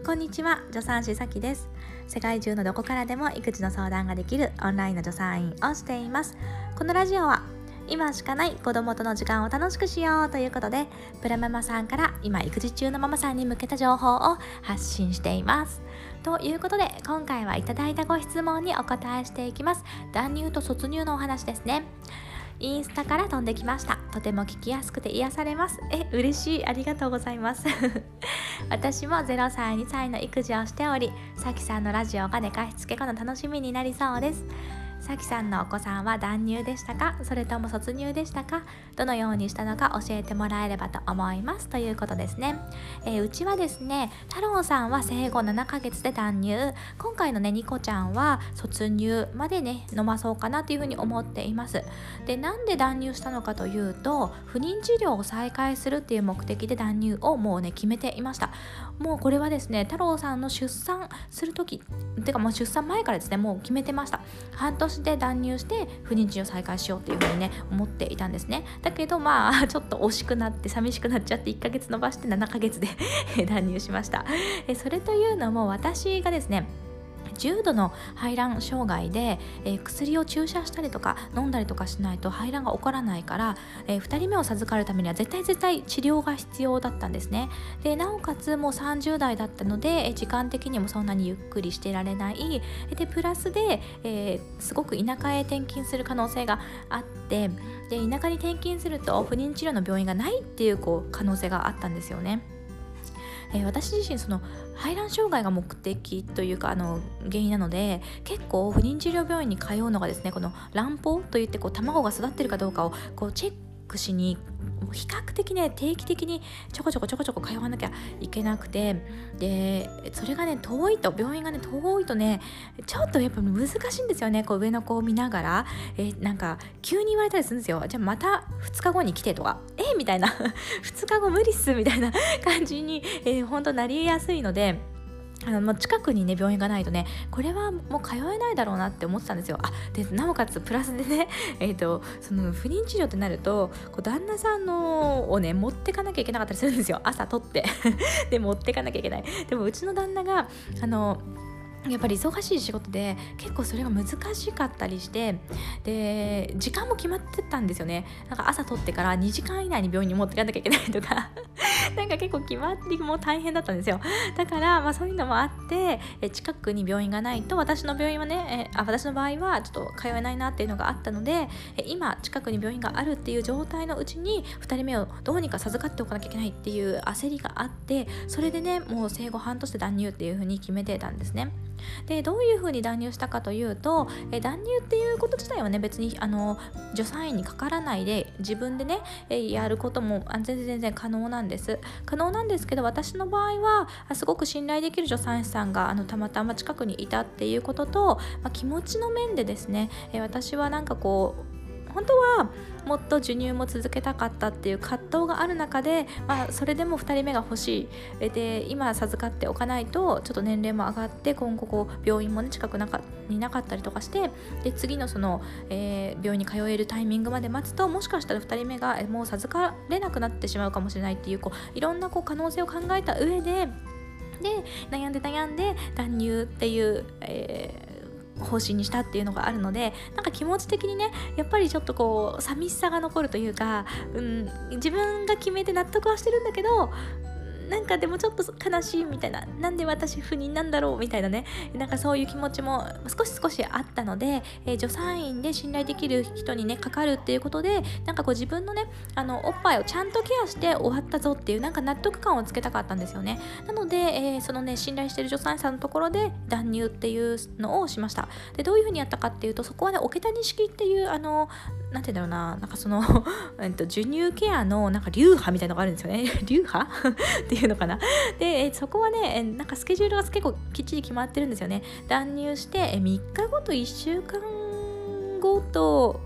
こんにちは、助産師さきです。世界中のどこからでも育児の相談ができるオンラインの助産院をしています。このラジオは今しかない子供との時間を楽しくしようということで、プラママさんから今育児中のママさんに向けた情報を発信しています。ということで、今回はいただいたご質問にお答えしていきます。断乳と卒乳のお話ですね。インスタから飛んできました。とても聞きやすくて癒されます。嬉しい。ありがとうございます私も0歳2歳の育児をしており、さきさんのラジオが寝かしつけ後の楽しみになりそうです。さきさんのお子さんは断乳でしたか、それとも卒乳でしたか、どのようにしたのか教えてもらえればと思いますということですね。うちはですね、太郎さんは生後7ヶ月で断乳、今回のねニコちゃんは卒乳までね飲まそうかなというふうに思っています。で、なんで断乳したのかというと、不妊治療を再開するっていう目的で断乳をもうね決めていました。もうこれはですね、太郎さんの出産する時てかもう出産前からですね、もう決めてました。半年で断乳して不妊治療再開しようっていうふうにね思っていたんですね。だけどちょっと惜しくなって寂しくなっちゃって1ヶ月延ばして7ヶ月で断乳しました。それというのも、私がですね重度の排卵障害で、薬を注射したりとか飲んだりとかしないと排卵が起こらないから、2人目を授かるためには絶対治療が必要だったんですね。でなおかつもう30代だったので、時間的にもそんなにゆっくりしてられない。でプラスで、すごく田舎へ転勤する可能性があって、で田舎に転勤すると不妊治療の病院がないっていう可能性があったんですよね。私自身その排卵障害が目的というか原因なので、結構不妊治療病院に通うのがですね、この卵胞といって卵が育ってるかどうかをチェックしに比較的ね定期的にちょこちょこ通わなきゃいけなくて、でそれがね病院がね遠いとねちょっとやっぱ難しいんですよね。上の子を見ながらなんか急に言われたりするんですよ。じゃあまた2日後に来てとかみたいな2日後無理っすみたいな感じに本当なりやすいので、もう近くにね病院がないとね、これはもう通えないだろうなって思ってたんですよ。でなおかつプラスでねその不妊治療ってなると旦那さんのをね持ってかなきゃいけなかったりするんですよ。朝取ってで持ってかなきゃいけない。でもうちの旦那がやっぱり忙しい仕事で結構それが難しかったりして、で時間も決まってたんですよね。なんか朝取ってから2時間以内に病院に持ってかなきゃいけないとかなんか結構決まりも大変だったんですよ。だからそういうのもあって近くに病院がないと、私の病院はね私の場合はちょっと通えないなっていうのがあったので、今近くに病院があるっていう状態のうちに2人目をどうにか授かっておかなきゃいけないっていう焦りがあって、それでねもう生後半年で断乳っていう風に決めてたんですね。でどういう風に断乳したかというと、断乳っていうこと自体はね別に助産院にかからないで自分でねやることも全然可能なんですけど、私の場合はすごく信頼できる助産師さんがたまたま近くにいたっていうことと、気持ちの面でですね、私はなんか本当はもっと授乳も続けたかったっていう葛藤がある中で、それでも2人目が欲しい。で今授かっておかないとちょっと年齢も上がって今後病院もね近くになかったりとかして、で次の病院に通えるタイミングまで待つと、もしかしたら2人目がもう授かれなくなってしまうかもしれないっていういろんな可能性を考えた上で悩んで断乳っていう、方針にしたっていうのがあるので、なんか気持ち的にねやっぱりちょっと寂しさが残るというか、自分が決めて納得はしてるんだけど、なんかでもちょっと悲しいみたいな、なんで私不妊なんだろうみたいなね、なんかそういう気持ちも少しあったので、助産院で信頼できる人にねかかるっていうことで、なんか自分のねおっぱいをちゃんとケアして終わったぞっていうなんか納得感をつけたかったんですよね。なので、そのね信頼してる助産師さんのところで断乳っていうのをしました。でどういう風にやったかっていうと、そこはね桶谷式っていうなんていうんだろうな、なんか授乳ケアのなんか流派みたいなのがあるんですよね流派っていうのかな。でそこはねなんかスケジュールが結構きっちり決まってるんですよね。断乳して3日後と1週間後と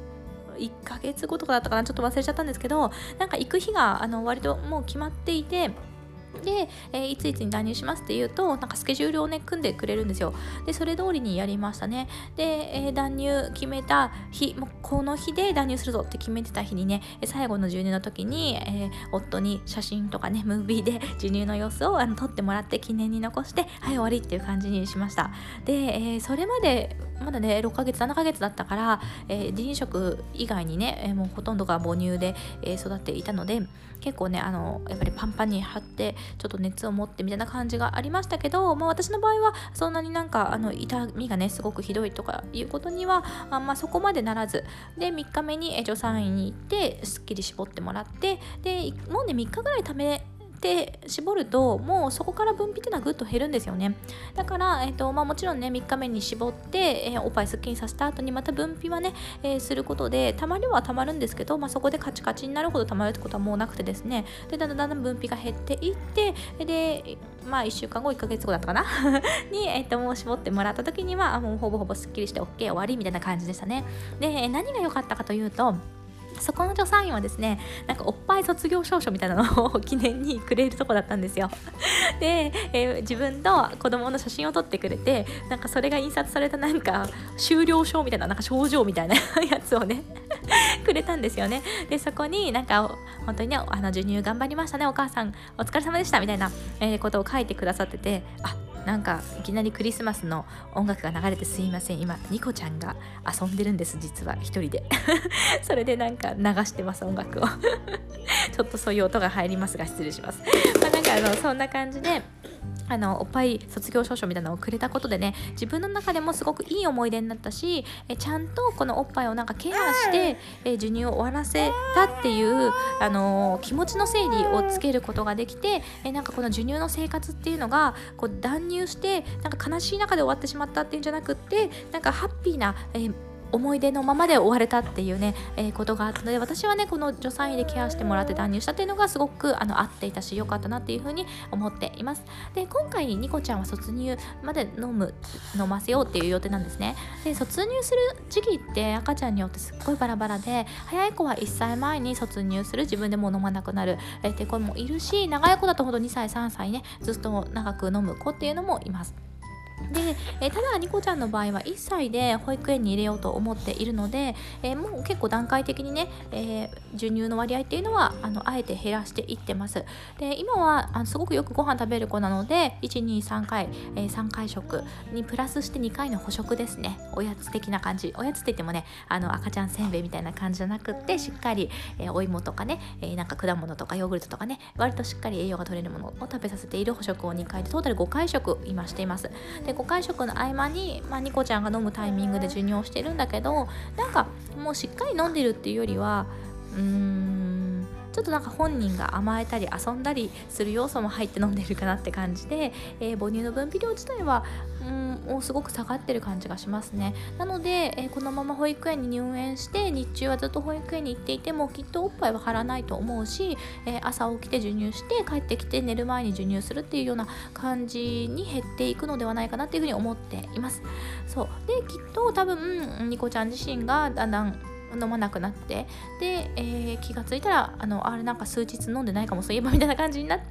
1ヶ月後とかだったかな、ちょっと忘れちゃったんですけど、なんか行く日が割ともう決まっていて、 で、いついつに断乳しますって言うと、なんかスケジュールをね組んでくれるんですよ。でそれ通りにやりましたね。で、断乳決めた日、もうこの日で断乳するぞって決めてた日にね、最後の授乳の時に、夫に写真とかねムービーで授乳の様子を撮ってもらって記念に残して、はい終わりっていう感じにしました。で、それまでまだね6ヶ月7ヶ月だったから、離乳食以外にね、もうほとんどが母乳で、育っていたので、結構ねやっぱりパンパンに張ってちょっと熱を持ってみたいな感じがありましたけど、私の場合はそんなになんか痛みがねすごくひどいとかいうことにはそこまでならず、で3日目に助産院に行ってすっきり絞ってもらって、でもうね3日ぐらいためで絞るともうそこから分泌っていうのはぐっと減るんですよね。だから、もちろんね3日目に絞って、おっぱいすっきりさせた後にまた分泌はね、することでたまりはたまるんですけど、そこでカチカチになるほどたまるってことはもうなくてですね、でだんだん分泌が減っていって、で1週間後1ヶ月後だったかなに、もう絞ってもらった時にはもうほぼほぼすっきりして OK 終わりみたいな感じでしたね。で何が良かったかというと、そこの助産院はですね、なんかおっぱい卒業証書みたいなのを記念にくれるとこだったんですよ。で、自分と子供の写真を撮ってくれて、なんかそれが印刷されたなんか終了証みたいな、なんか症状みたいなやつをねくれたんですよね。でそこになんか本当にね授乳頑張りましたねお母さんお疲れ様でしたみたいな、ことを書いてくださってて、なんかいきなりクリスマスの音楽が流れてすいません、今ニコちゃんが遊んでるんです、実は一人でそれでなんか流してます音楽をちょっとそういう音が入りますが失礼します。なんかそんな感じでおっぱい卒業証書みたいなのをくれたことでね、自分の中でもすごくいい思い出になったし、ちゃんとこのおっぱいをなんかケアして、授乳を終わらせたっていう、気持ちの整理をつけることができて、なんかこの授乳の生活っていうのがこう断乳してなんか悲しい中で終わってしまったっていうんじゃなくって、なんかハッピーな、思い出のままで終われたっていうね、ことがあったので、私はねこの助産院でケアしてもらって断乳したっていうのがすごく合っていたし良かったなっていうふうに思っています。で今回ニコちゃんは卒乳まで飲ませようっていう予定なんですね。で卒乳する時期って赤ちゃんによってすっごいバラバラで、早い子は1歳前に卒乳する、自分でもう飲まなくなる、って子もいるし、長い子だとほんと2歳3歳ねずっと長く飲む子っていうのもいます。で、ただニコちゃんの場合は1歳で保育園に入れようと思っているので、もう結構段階的にね、授乳の割合っていうのはあえて減らしていってます。で今はすごくよくご飯食べる子なので 1,2,3 回、3回食にプラスして2回の補食ですね。おやつ的な感じ、おやつって言ってもね赤ちゃんせんべいみたいな感じじゃなくって、しっかり、お芋とかね、なんか果物とかヨーグルトとかね、割としっかり栄養が取れるものを食べさせている補食を2回でトータル5回食今しています。で5回食の合間に、ニコちゃんが飲むタイミングで授乳をしてるんだけど、なんかもうしっかり飲んでるっていうよりはちょっとなんか本人が甘えたり遊んだりする要素も入って飲んでるかなって感じで、母乳の分泌量自体はもうすごく下がってる感じがしますね。なので、このまま保育園に入園して日中はずっと保育園に行っていてもきっとおっぱいは張らないと思うし、朝起きて授乳して帰ってきて寝る前に授乳するっていうような感じに減っていくのではないかなっていうふうに思っています。そうできっと多分ニコちゃん自身がだんだん飲まなくなって、で、気がついたらあれなんか数日飲んでないかもそういえばみたいな感じになって、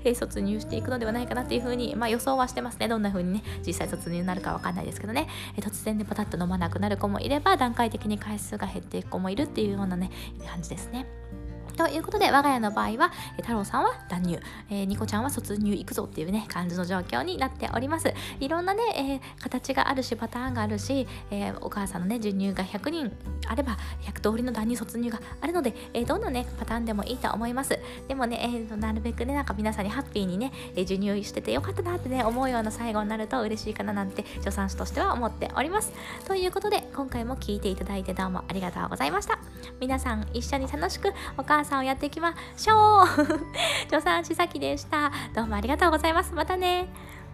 卒乳していくのではないかなっていう風に、予想はしてますね。どんな風にね実際卒乳になるかわかんないですけどね、突然でパタッと飲まなくなる子もいれば段階的に回数が減っていく子もいるっていうようなね感じですね。ということで我が家の場合は太郎さんは断乳、ニコちゃんは卒乳行くぞっていうね感じの状況になっております。いろんなね、形があるしパターンがあるし、お母さんのね授乳が100人あれば100通りの断乳卒乳があるので、どんなねパターンでもいいと思います。でもね、なるべくねなんか皆さんにハッピーにね、授乳しててよかったなってね思うような最後になると嬉しいかななんて助産師としては思っております。ということで今回も聞いていただいてどうもありがとうございました。皆さん一緒に楽しくお母さんをやっていきましょう助産師さきでした。どうもありがとうございます。またね。